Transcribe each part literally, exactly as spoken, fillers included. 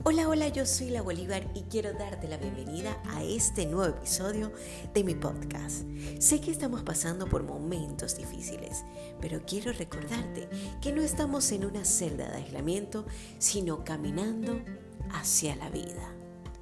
Hola, hola, yo soy la Bolívar y quiero darte la bienvenida a este nuevo episodio de mi podcast. Sé que estamos pasando por momentos difíciles, pero quiero recordarte que no estamos en una celda de aislamiento, sino caminando hacia la vida.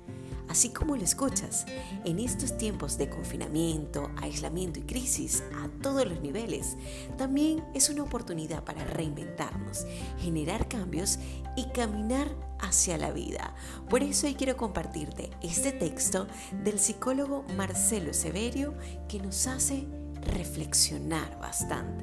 Así como lo escuchas, en estos tiempos de confinamiento, aislamiento y crisis a todos los niveles, también es una oportunidad para reinventarnos, generar cambios y caminar hacia la vida. Por eso hoy quiero compartirte este texto del psicólogo Marcelo Severio que nos hace reflexionar bastante.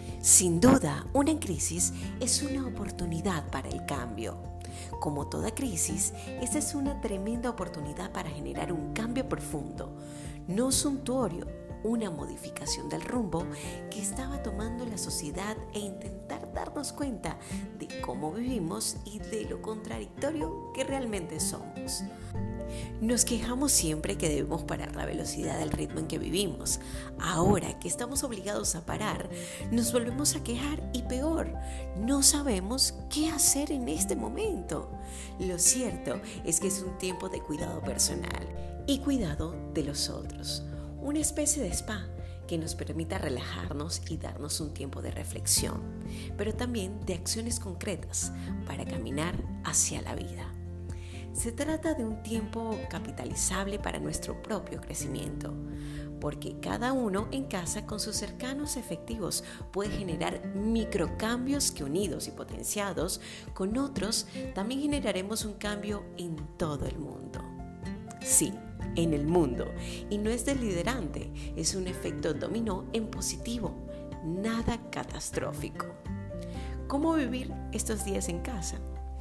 Sin duda, una crisis es una oportunidad para el cambio. Como toda crisis, esta es una tremenda oportunidad para generar un cambio profundo, no suntuorio, una modificación del rumbo que estaba tomando la sociedad e intentar darnos cuenta de cómo vivimos y de lo contradictorio que realmente somos. Nos quejamos siempre que debemos parar la velocidad del ritmo en que vivimos. Ahora que estamos obligados a parar, nos volvemos a quejar y peor, no sabemos qué hacer en este momento. Lo cierto es que es un tiempo de cuidado personal y cuidado de los otros, una especie de spa que nos permita relajarnos y darnos un tiempo de reflexión, pero también de acciones concretas para caminar hacia la vida. Se trata de un tiempo capitalizable para nuestro propio crecimiento, porque cada uno en casa con sus cercanos efectivos puede generar microcambios que unidos y potenciados con otros también generaremos un cambio en todo el mundo. Sí, en el mundo, y no es deliberante, es un efecto dominó en positivo, nada catastrófico. ¿Cómo vivir estos días en casa?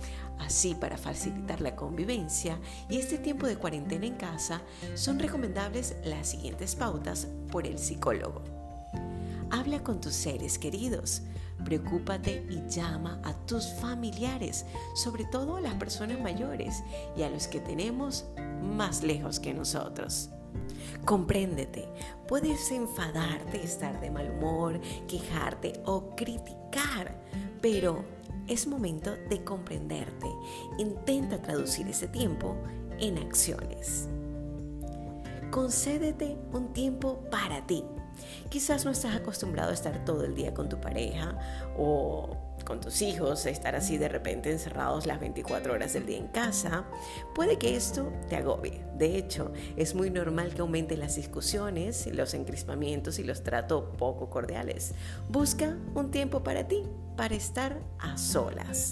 Así, para facilitar la convivencia y este tiempo de cuarentena en casa, son recomendables las siguientes pautas por el psicólogo. Habla con tus seres queridos, preocúpate y llama a tus familiares, sobre todo a las personas mayores y a los que tenemos más lejos que nosotros. Compréndete, puedes enfadarte, estar de mal humor, quejarte o criticar, pero es momento de comprenderte. Intenta traducir ese tiempo en acciones. Concédete un tiempo para ti. Quizás no estás acostumbrado a estar todo el día con tu pareja o con tus hijos, estar así de repente encerrados las veinticuatro horas del día en casa. Puede que esto te agobie. De hecho, es muy normal que aumenten las discusiones, los encrispamientos y los tratos poco cordiales. Busca un tiempo para ti, para estar a solas.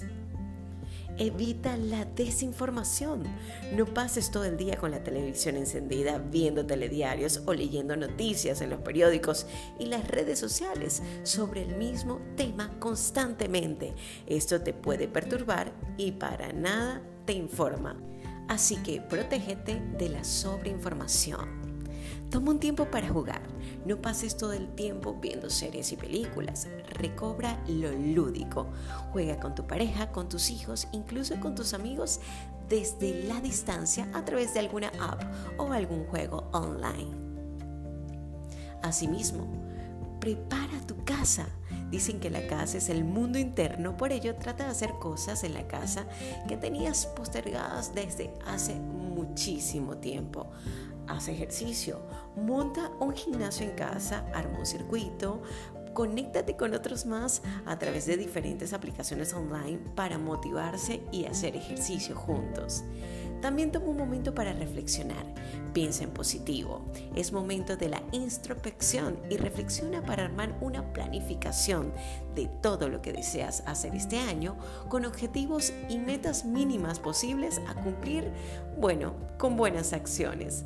Evita la desinformación. No pases todo el día con la televisión encendida, viendo telediarios o leyendo noticias en los periódicos y las redes sociales sobre el mismo tema constantemente. Esto te puede perturbar y para nada te informa. Así que protégete de la sobreinformación. Toma un tiempo para jugar. No pases todo el tiempo viendo series y películas. Recobra lo lúdico. Juega con tu pareja, con tus hijos, incluso con tus amigos desde la distancia a través de alguna app o algún juego online. Asimismo, prepara tu casa. Dicen que la casa es el mundo interno, por ello trata de hacer cosas en la casa que tenías postergadas desde hace muchísimo tiempo. Haz ejercicio, monta un gimnasio en casa, arma un circuito, conéctate con otros más a través de diferentes aplicaciones online para motivarse y hacer ejercicio juntos. También toma un momento para reflexionar, piensa en positivo. Es momento de la introspección y reflexiona para armar una planificación de todo lo que deseas hacer este año con objetivos y metas mínimas posibles a cumplir, bueno, con buenas acciones.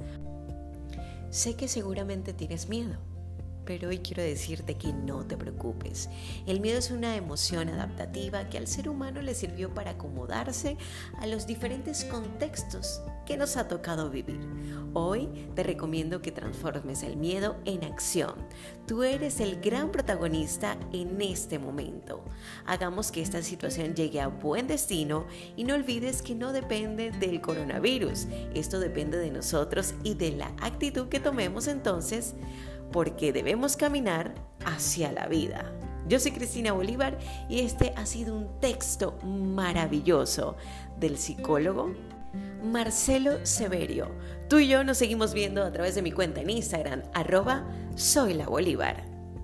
Sé que seguramente tienes miedo, pero hoy quiero decirte que no te preocupes. El miedo es una emoción adaptativa que al ser humano le sirvió para acomodarse a los diferentes contextos que nos ha tocado vivir. Hoy te recomiendo que transformes el miedo en acción. Tú eres el gran protagonista en este momento. Hagamos que esta situación llegue a buen destino y no olvides que no depende del coronavirus. Esto depende de nosotros y de la actitud que tomemos entonces, porque debemos caminar hacia la vida. Yo soy Cristina Bolívar y este ha sido un texto maravilloso del psicólogo Marcelo Severio. Tú y yo nos seguimos viendo a través de mi cuenta en Instagram, arroba soy la Bolívar.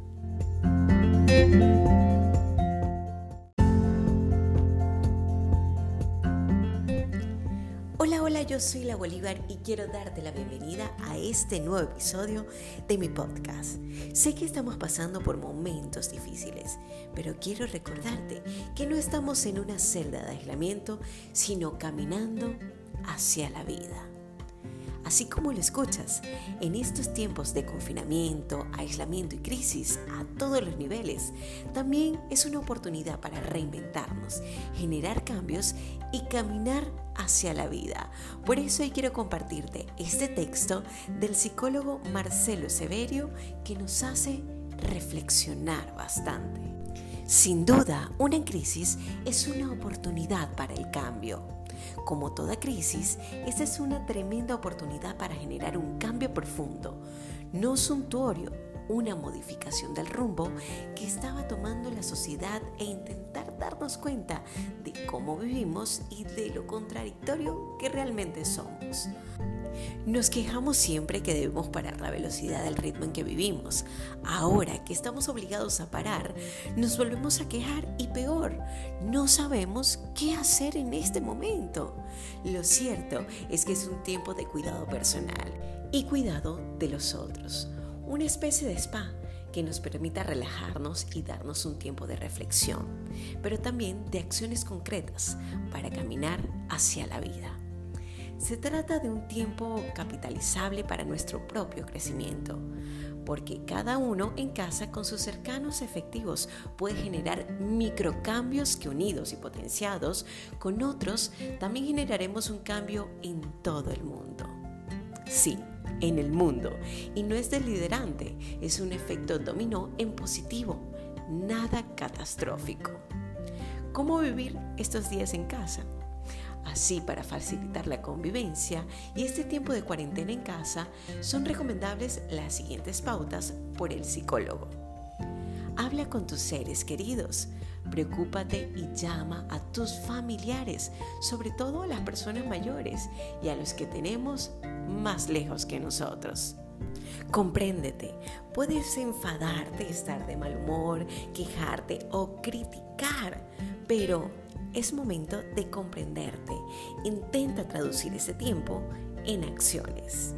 Hola, hola, yo soy la Bolívar y quiero darte la bienvenida a este nuevo episodio de mi podcast. Sé que estamos pasando por momentos difíciles, pero quiero recordarte que no estamos en una celda de aislamiento, sino caminando hacia la vida. Así como lo escuchas, en estos tiempos de confinamiento, aislamiento y crisis a todos los niveles, también es una oportunidad para reinventarnos, generar cambios y caminar hacia la vida. Por eso hoy quiero compartirte este texto del psicólogo Marcelo Severio que nos hace reflexionar bastante. Sin duda, una crisis es una oportunidad para el cambio. Como toda crisis, esta es una tremenda oportunidad para generar un cambio profundo, no suntuorio, una modificación del rumbo que estaba tomando la sociedad e intentar darnos cuenta de cómo vivimos y de lo contradictorio que realmente somos. Nos quejamos siempre que debemos parar la velocidad del ritmo en que vivimos. Ahora que estamos obligados a parar, nos volvemos a quejar y peor, no sabemos qué hacer en este momento. Lo cierto es que es un tiempo de cuidado personal y cuidado de los otros, una especie de spa que nos permita relajarnos y darnos un tiempo de reflexión, pero también de acciones concretas para caminar hacia la vida. Se trata de un tiempo capitalizable para nuestro propio crecimiento, porque cada uno en casa con sus cercanos efectivos puede generar microcambios que unidos y potenciados con otros también generaremos un cambio en todo el mundo. Sí, en el mundo, y no es deliberante, es un efecto dominó en positivo, nada catastrófico. ¿Cómo vivir estos días en casa? Así, para facilitar la convivencia y este tiempo de cuarentena en casa, son recomendables las siguientes pautas por el psicólogo. Habla con tus seres queridos, preocúpate y llama a tus familiares, sobre todo a las personas mayores y a los que tenemos más lejos que nosotros. Compréndete, puedes enfadarte, estar de mal humor, quejarte o criticar, pero es momento de comprenderte. Intenta traducir ese tiempo en acciones.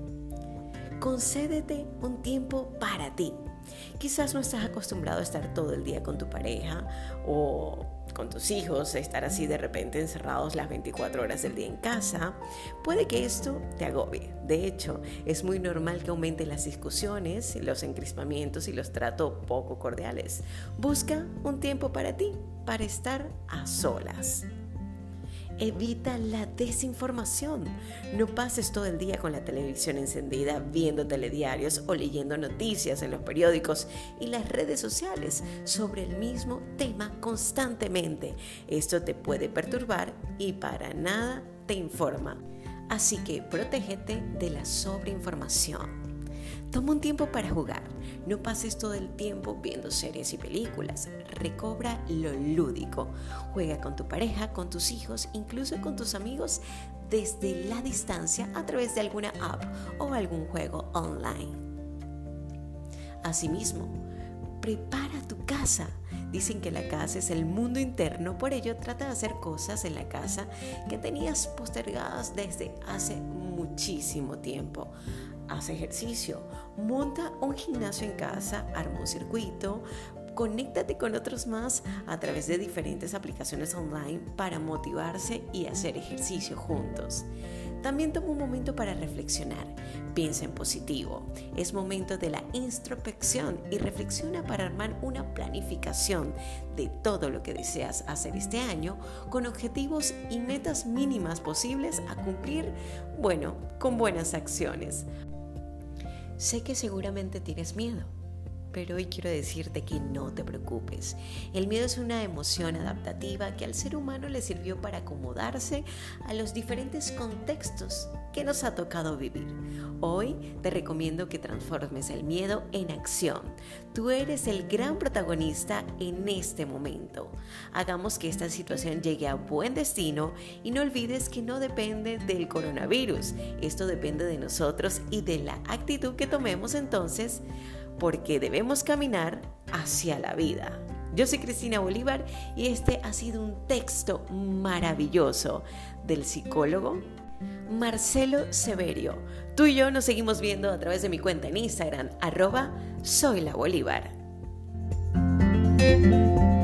Concédete un tiempo para ti. Quizás no estás acostumbrado a estar todo el día con tu pareja o con tus hijos, estar así de repente encerrados las veinticuatro horas del día en casa. Puede que esto te agobie. De hecho, es muy normal que aumenten las discusiones, los encrispamientos y los tratos poco cordiales. Busca un tiempo para ti, para estar a solas. Evita la desinformación. No pases todo el día con la televisión encendida, viendo telediarios o leyendo noticias en los periódicos y las redes sociales sobre el mismo tema constantemente. Esto te puede perturbar y para nada te informa. Así que protégete de la sobreinformación. Toma un tiempo para jugar. No pases todo el tiempo viendo series y películas. Recobra lo lúdico. Juega con tu pareja, con tus hijos, incluso con tus amigos desde la distancia a través de alguna app o algún juego online. Asimismo, prepara tu casa. Dicen que la casa es el mundo interno, por ello trata de hacer cosas en la casa que tenías postergadas desde hace muchísimo tiempo. Haz ejercicio, monta un gimnasio en casa, arma un circuito, conéctate con otros más a través de diferentes aplicaciones online para motivarse y hacer ejercicio juntos. También toma un momento para reflexionar, piensa en positivo. Es momento de la introspección y reflexiona para armar una planificación de todo lo que deseas hacer este año con objetivos y metas mínimas posibles a cumplir, bueno, con buenas acciones. Sé que seguramente tienes miedo, Pero hoy quiero decirte que no te preocupes. El miedo es una emoción adaptativa que al ser humano le sirvió para acomodarse a los diferentes contextos que nos ha tocado vivir. Hoy te recomiendo que transformes el miedo en acción. Tú eres el gran protagonista en este momento. Hagamos que esta situación llegue a buen destino y no olvides que no depende del coronavirus. Esto depende de nosotros y de la actitud que tomemos entonces, porque debemos caminar hacia la vida. Yo soy Cristina Bolívar y este ha sido un texto maravilloso del psicólogo Marcelo Severio. Tú y yo nos seguimos viendo a través de mi cuenta en Instagram, arroba soy la Bolívar.